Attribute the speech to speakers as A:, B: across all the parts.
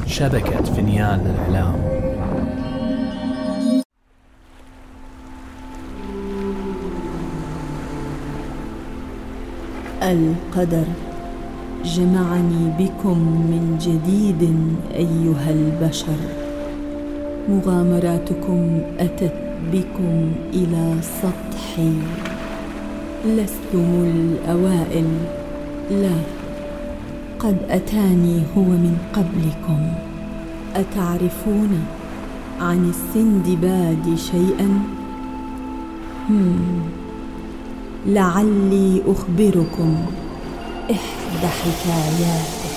A: شبكة فنيان الإعلام.
B: القدر جمعني بكم من جديد أيها البشر. مغامراتكم أتت بكم إلى سطحي. لستم الأوائل، لا، قد أتاني هو من قبلكم. أتعرفون عن السندباد شيئا؟ لعلي أخبركم إحدى حكاياته.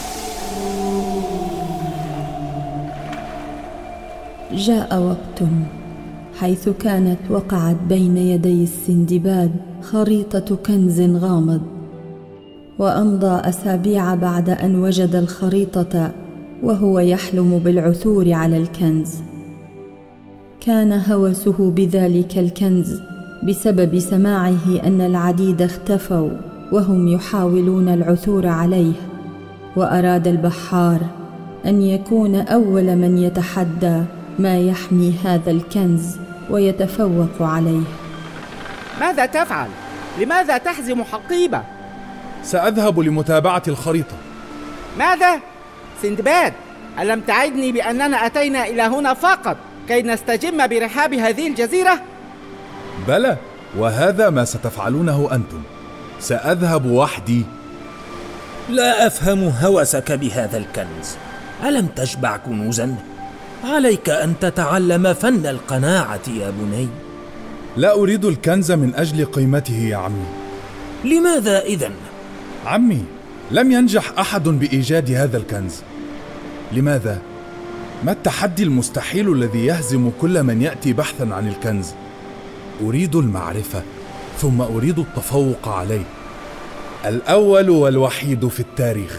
B: جاء وقت حيث كانت وقعت بين يدي السندباد خريطة كنز غامض، وأمضى أسابيع بعد أن وجد الخريطة وهو يحلم بالعثور على الكنز. كان هوسه بذلك الكنز بسبب سماعه أن العديد اختفوا وهم يحاولون العثور عليه، وأراد البحار أن يكون أول من يتحدى ما يحمي هذا الكنز ويتفوق عليه.
C: ماذا تفعل؟ لماذا تحزم حقيبة؟
D: سأذهب لمتابعة الخريطة.
C: ماذا؟ سندباد، ألم تعدني بأننا أتينا إلى هنا فقط كي نستجم برحاب هذه الجزيرة؟
D: بلى، وهذا ما ستفعلونه أنتم. سأذهب وحدي.
E: لا أفهم هوسك بهذا الكنز. ألم تشبع كنوزا؟ عليك أن تتعلم فن القناعة يا بني.
D: لا أريد الكنز من أجل قيمته يا عمي.
E: لماذا إذن؟
D: عمي، لم ينجح أحد بإيجاد هذا الكنز. لماذا؟ ما التحدي المستحيل الذي يهزم كل من يأتي بحثا عن الكنز؟ أريد المعرفة، ثم أريد التفوق عليه. الأول والوحيد في التاريخ.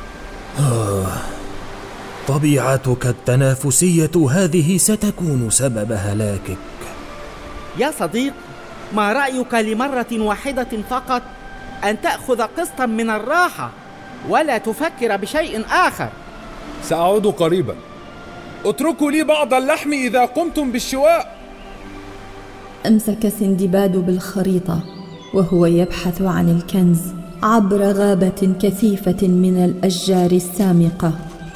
E: طبيعتك التنافسية هذه ستكون سبب هلاكك.
C: يا صديق، ما رأيك لمرة واحدة فقط أن تأخذ قسطا من الراحة ولا تفكر بشيء آخر؟
D: سأعود قريبا. اتركوا لي بعض اللحم إذا قمتم بالشواء.
B: أمسك سندباد بالخريطة وهو يبحث عن الكنز عبر غابة كثيفة من الأشجار السامقة،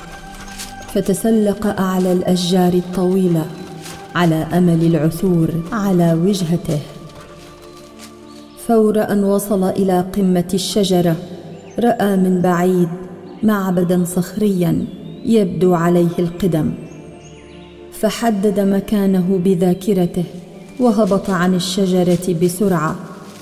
B: فتسلق أعلى الأشجار الطويلة على أمل العثور على وجهته. فور أن وصل إلى قمة الشجرة رأى من بعيد معبداً صخرياً يبدو عليه القدم، فحدد مكانه بذاكرته وهبط عن الشجرة بسرعة.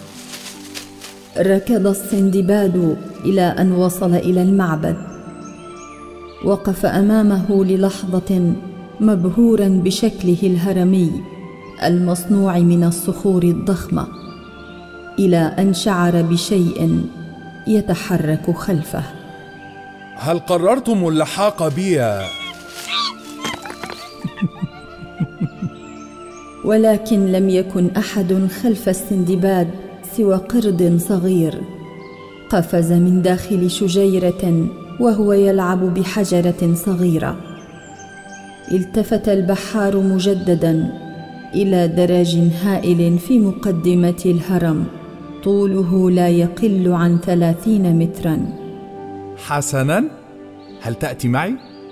B: ركض السندباد إلى أن وصل إلى المعبد. وقف أمامه للحظة مبهوراً بشكله الهرمي المصنوع من الصخور الضخمة، إلى أن شعر بشيء يتحرك خلفه.
D: هل قررتم اللحاق بي؟
B: ولكن لم يكن أحد خلف السندباد سوى قرد صغير قفز من داخل شجيرة وهو يلعب بحجرة صغيرة. التفت البحار مجددا إلى درج هائل في مقدمة الهرم طوله لا يقل عن 30 مترا.
D: حسنا، هل تأتي معي؟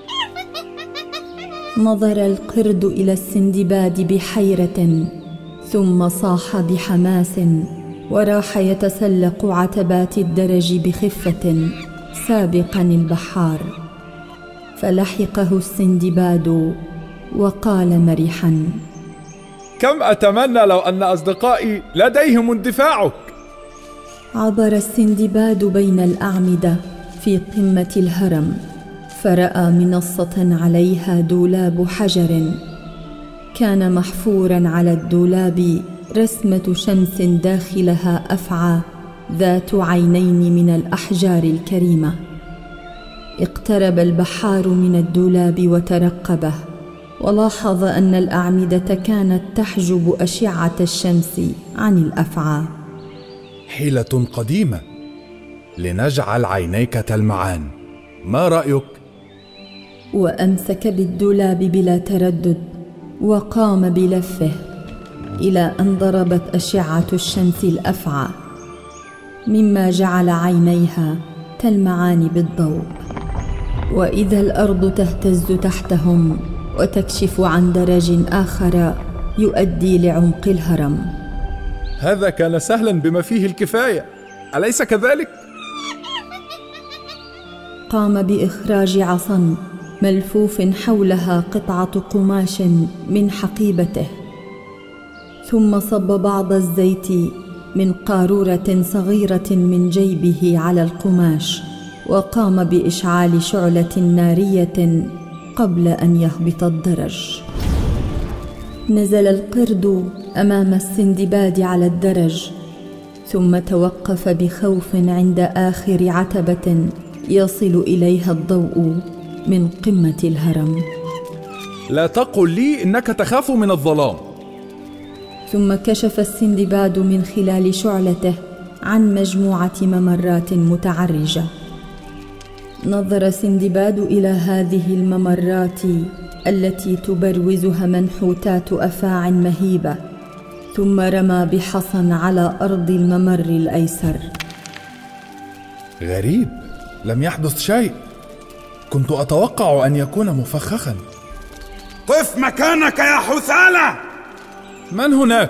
B: نظر القرد إلى السندباد بحيرة، ثم صاح بحماس وراح يتسلق عتبات الدرج بخفة سابقا البحار. فلحقه السندباد وقال مرحا:
D: كم أتمنى لو أن أصدقائي لديهم اندفاعك.
B: عبر السندباد بين الأعمدة في قمة الهرم، فرأى منصة عليها دولاب حجر. كان محفورا على الدولاب رسمة شمس داخلها أفعى ذات عينين من الأحجار الكريمة. اقترب البحار من الدولاب وترقبه، ولاحظ أن الأعمدة كانت تحجب أشعة الشمس عن الأفعى.
D: حيلة قديمة لنجعل عينيك تلمعان، ما رأيك؟
B: وأمسك بالدولاب بلا تردد وقام بلفه إلى أن ضربت أشعة الشمس الأفعى، مما جعل عينيها تلمعان بالضوء، وإذا الأرض تهتز تحتهم وتكشف عن درج آخر يؤدي لعمق الهرم.
D: هذا كان سهلا بما فيه الكفاية، أليس كذلك؟
B: قام بإخراج عصا ملفوف حولها قطعة قماش من حقيبته، ثم صب بعض الزيت من قارورة صغيرة من جيبه على القماش، وقام بإشعال شعلة نارية قبل أن يهبط الدرج. نزل القرد أمام السندباد على الدرج، ثم توقف بخوف عند آخر عتبة يصل إليها الضوء من قمة الهرم.
D: لا تقل لي إنك تخاف من الظلام.
B: ثم كشف السندباد من خلال شعلته عن مجموعة ممرات متعرجة. نظر سندباد إلى هذه الممرات التي تبروزها منحوتات أفاع مهيبة، ثم رمى بحصى على أرض الممر الأيسر.
D: غريب، لم يحدث شيء. كنت أتوقع أن يكون مفخخا.
F: قف مكانك يا حثالة!
D: من هناك؟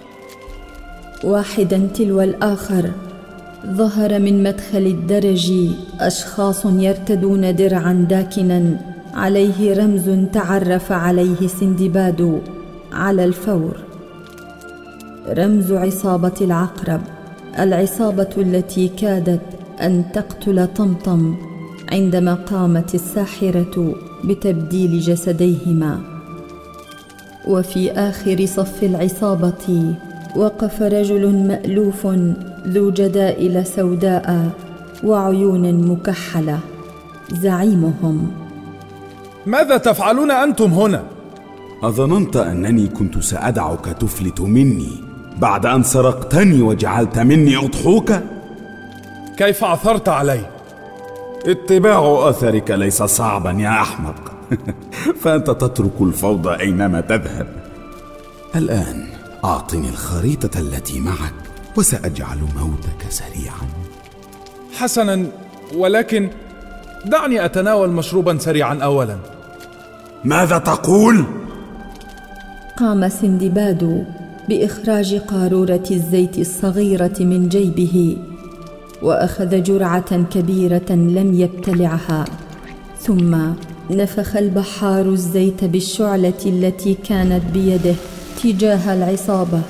B: واحدا تلو الآخر ظهر من مدخل الدرج أشخاص يرتدون درعا داكنا عليه رمز تعرف عليه سندباد على الفور، رمز عصابة العقرب، العصابة التي كادت أن تقتل طمطم عندما قامت الساحرة بتبديل جسديهما. وفي آخر صف العصابة وقف رجل مألوف ذو جدائل سوداء وعيون مكحلة، زعيمهم.
D: ماذا تفعلون أنتم هنا؟
F: أظننت أنني كنت سأدعك تفلت مني بعد أن سرقتني وجعلت مني أضحوك؟
D: كيف عثرت علي؟
F: اتباع أثرك ليس صعبا يا أحمق. فأنت تترك الفوضى أينما تذهب. الآن أعطني الخريطة التي معك وسأجعل موتك سريعا.
D: حسنا، ولكن دعني أتناول مشروبا سريعا أولا.
F: ماذا تقول؟
B: قام سندباد بإخراج قارورة الزيت الصغيرة من جيبه، وأخذ جرعة كبيرة لم يبتلعها، ثم نفخ البحار الزيت بالشعلة التي كانت بيده تجاه العصابة،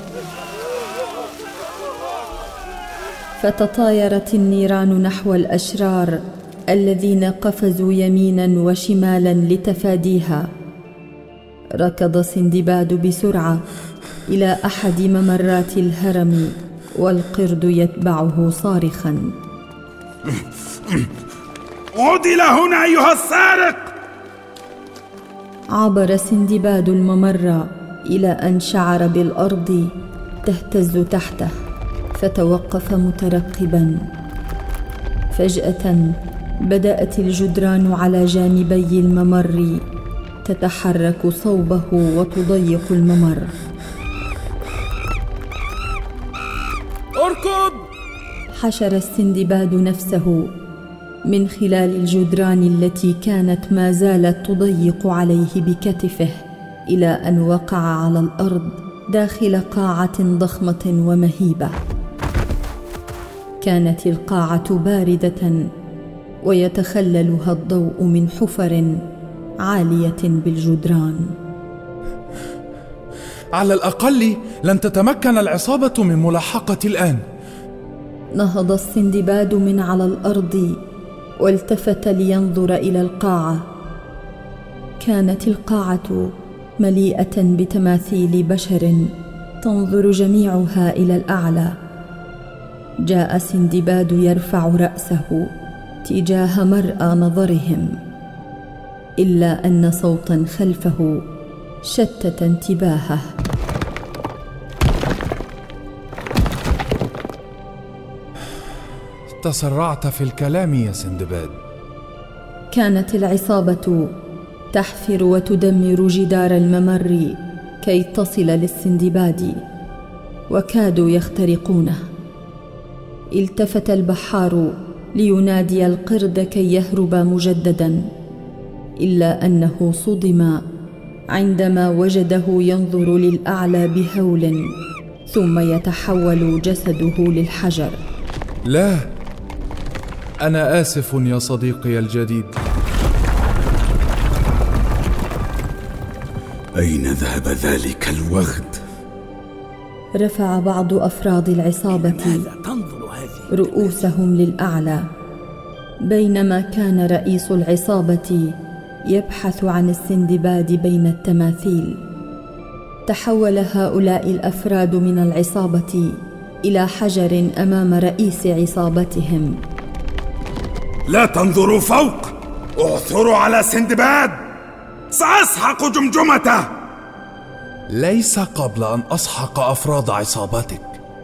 B: فتطايرت النيران نحو الأشرار الذين قفزوا يمينا وشمالا لتفاديها. ركض سندباد بسرعة إلى أحد ممرات الهرم، والقرد يتبعه صارخا:
F: عد إلى هنا أيها السارق!
B: عبر سندباد الممر إلى أن شعر بالأرض تهتز تحته، فتوقف مترقبا. فجأة بدأت الجدران على جانبي الممر تتحرك صوبه وتضيق الممر.
D: اركض!
B: حشر السندباد نفسه من خلال الجدران التي كانت ما زالت تضيق عليه بكتفه، إلى أن وقع على الأرض داخل قاعة ضخمة ومهيبة. كانت القاعة باردة ويتخللها الضوء من حفر عالية بالجدران.
D: على الأقل لن تتمكن العصابة من ملاحقتي الآن.
B: نهض السندباد من على الأرض والتفت لينظر إلى القاعة. كانت القاعة مليئة بتماثيل بشر تنظر جميعها إلى الأعلى. جاء سندباد يرفع رأسه تجاه مرأى نظرهم، إلا أن صوتا خلفه شتت انتباهه.
D: تسرعت في الكلام يا سندباد.
B: كانت العصابة تحفر وتدمر جدار الممر كي تصل للسندباد، وكادوا يخترقونه. التفت البحار لينادي القرد كي يهرب مجددا، إلا أنه صدم عندما وجده ينظر للأعلى بهول، ثم يتحول جسده للحجر.
D: لا، أنا آسف يا صديقي الجديد.
F: أين ذهب ذلك الوغد؟
B: رفع بعض أفراد العصابة رؤوسهم للأعلى، بينما كان رئيس العصابة يبحث عن السندباد بين التماثيل. تحول هؤلاء الأفراد من العصابة إلى حجر أمام رئيس عصابتهم.
F: لا تنظروا فوق، اعثروا على سندباد، سأسحق جمجمته.
D: ليس قبل أن أسحق أفراد عصابتك.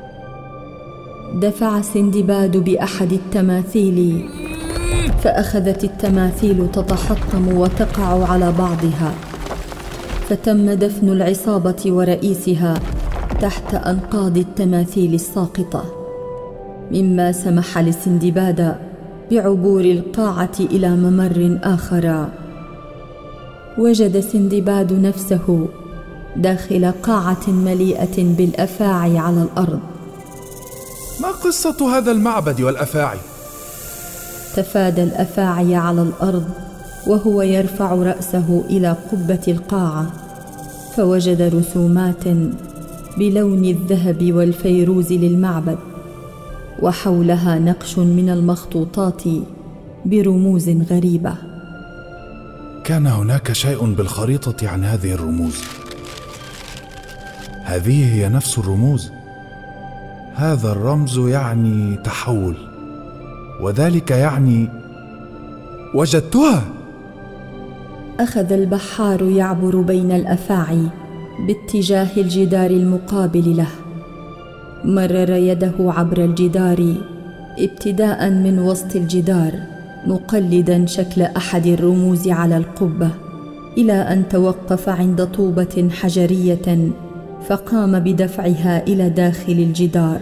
B: دفع سندباد بأحد التماثيل، فأخذت التماثيل تتحطم وتقع على بعضها، فتم دفن العصابة ورئيسها تحت أنقاض التماثيل الساقطة، مما سمح لسندباد بعبور القاعة إلى ممر آخر. وجد سندباد نفسه داخل قاعة مليئة بالأفاعي على الأرض.
D: ما قصة هذا المعبد والأفاعي؟
B: تفادى الأفاعي على الأرض وهو يرفع رأسه إلى قبة القاعة، فوجد رسومات بلون الذهب والفيروز للمعبد، وحولها نقش من المخطوطات برموز غريبة.
D: كان هناك شيء بالخريطة عن هذه الرموز. هذه هي نفس الرموز. هذا الرمز يعني تحول، وذلك يعني وجدتها.
B: أخذ البحار يعبر بين الأفاعي باتجاه الجدار المقابل له. مرر يده عبر الجدار ابتداء من وسط الجدار، مقلدا شكل أحد الرموز على القبة، إلى أن توقف عند طوبة حجرية فقام بدفعها إلى داخل الجدار.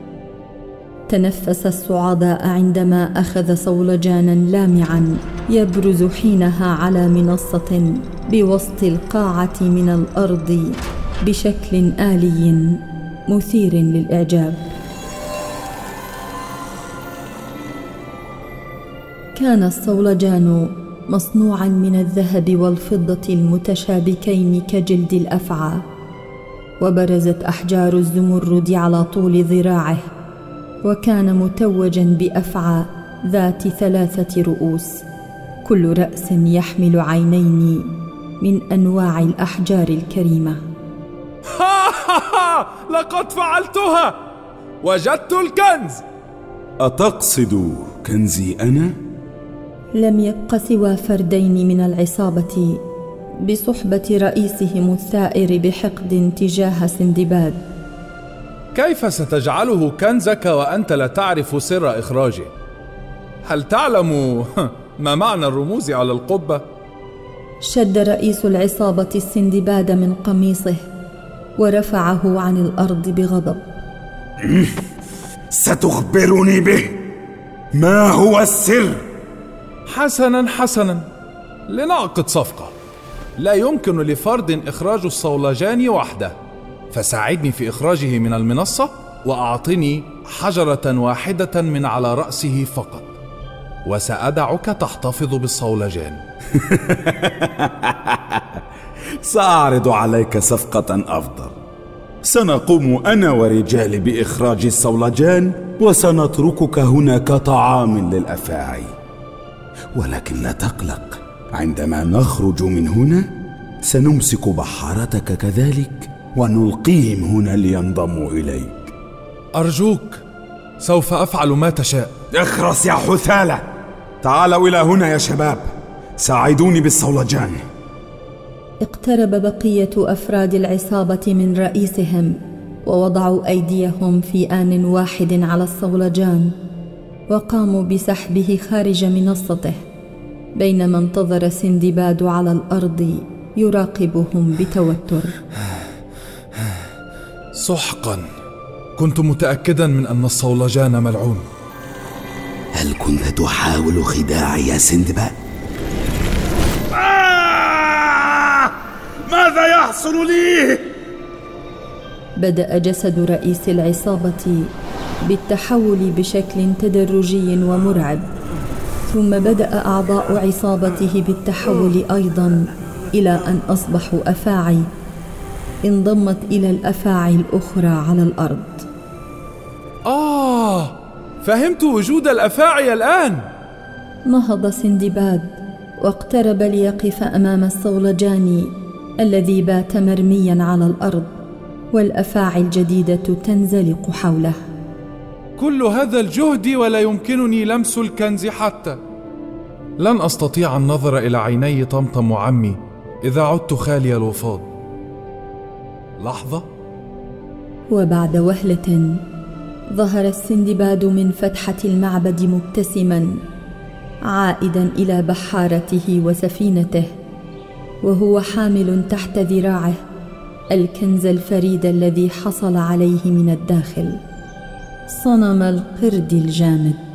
B: تنفس الصعداء عندما أخذ صولجانا لامعا يبرز حينها على منصة بوسط القاعة من الأرض بشكل آلي مثير للإعجاب. كان الصولجان مصنوعا من الذهب والفضة المتشابكين كجلد الأفعى، وبرزت أحجار الزمرد على طول ذراعه، وكان متوجا بأفعى ذات 3 رؤوس، كل رأس يحمل عينين من أنواع الأحجار الكريمة.
D: لقد فعلتها! وجدت الكنز!
F: أتقصد كنزي أنا؟
B: لم يبق سوى فردين من العصابة بصحبة رئيسهم الثائر بحقد تجاه سندباد.
D: كيف ستجعله كنزك وأنت لا تعرف سر إخراجه؟ هل تعلم ما معنى الرموز على القبة؟
B: شد رئيس العصابة السندباد من قميصه ورفعه عن الأرض بغضب.
F: ستخبرني به؟ ما هو السر؟
D: حسنا، لنعقد صفقة. لا يمكن لفرد إخراج الصولجان وحده، فساعدني في إخراجه من المنصة وأعطني حجرة واحدة من على رأسه فقط، وسأدعك تحتفظ بالصولجان.
F: سأعرض عليك صفقة أفضل. سنقوم أنا ورجالي بإخراج الصولجان، وسنتركك هنا كطعام للأفاعي. ولكن لا تقلق، عندما نخرج من هنا سنمسك بحارتك كذلك ونلقيهم هنا لينضموا إليك.
D: أرجوك، سوف أفعل ما تشاء.
F: اخرس يا حثالة! تعالوا إلى هنا يا شباب، ساعدوني بالصولجان.
B: اقترب بقية أفراد العصابة من رئيسهم ووضعوا أيديهم في آن واحد على الصولجان، وقاموا بسحبه خارج منصته، بينما انتظر سندباد على الأرض يراقبهم بتوتر.
D: سحقا، كنت متأكدا من أن الصولجان ملعون.
F: هل كنت تحاول خداعي يا سندباد؟ ماذا يحصل لي؟
B: بدأ جسد رئيس العصابة بالتحول بشكل تدرجي ومرعب، ثم بدأ أعضاء عصابته بالتحول أيضاً إلى أن أصبحوا أفاعي انضمت إلى الأفاعي الأخرى على الأرض.
D: فهمت وجود الأفاعي الآن.
B: نهض سندباد واقترب ليقف أمام الصولجان الذي بات مرمياً على الأرض، والأفاعي الجديدة تنزلق حوله.
D: كل هذا الجهد ولا يمكنني لمس الكنز حتى. لن أستطيع النظر إلى عيني طمطم عمي إذا عدت خالي الوفاض. لحظة.
B: وبعد وهلة ظهر السندباد من فتحة المعبد مبتسماً، عائداً إلى بحارته وسفينته، وهو حامل تحت ذراعه الكنز الفريد الذي حصل عليه من الداخل، صنم القرد الجامد.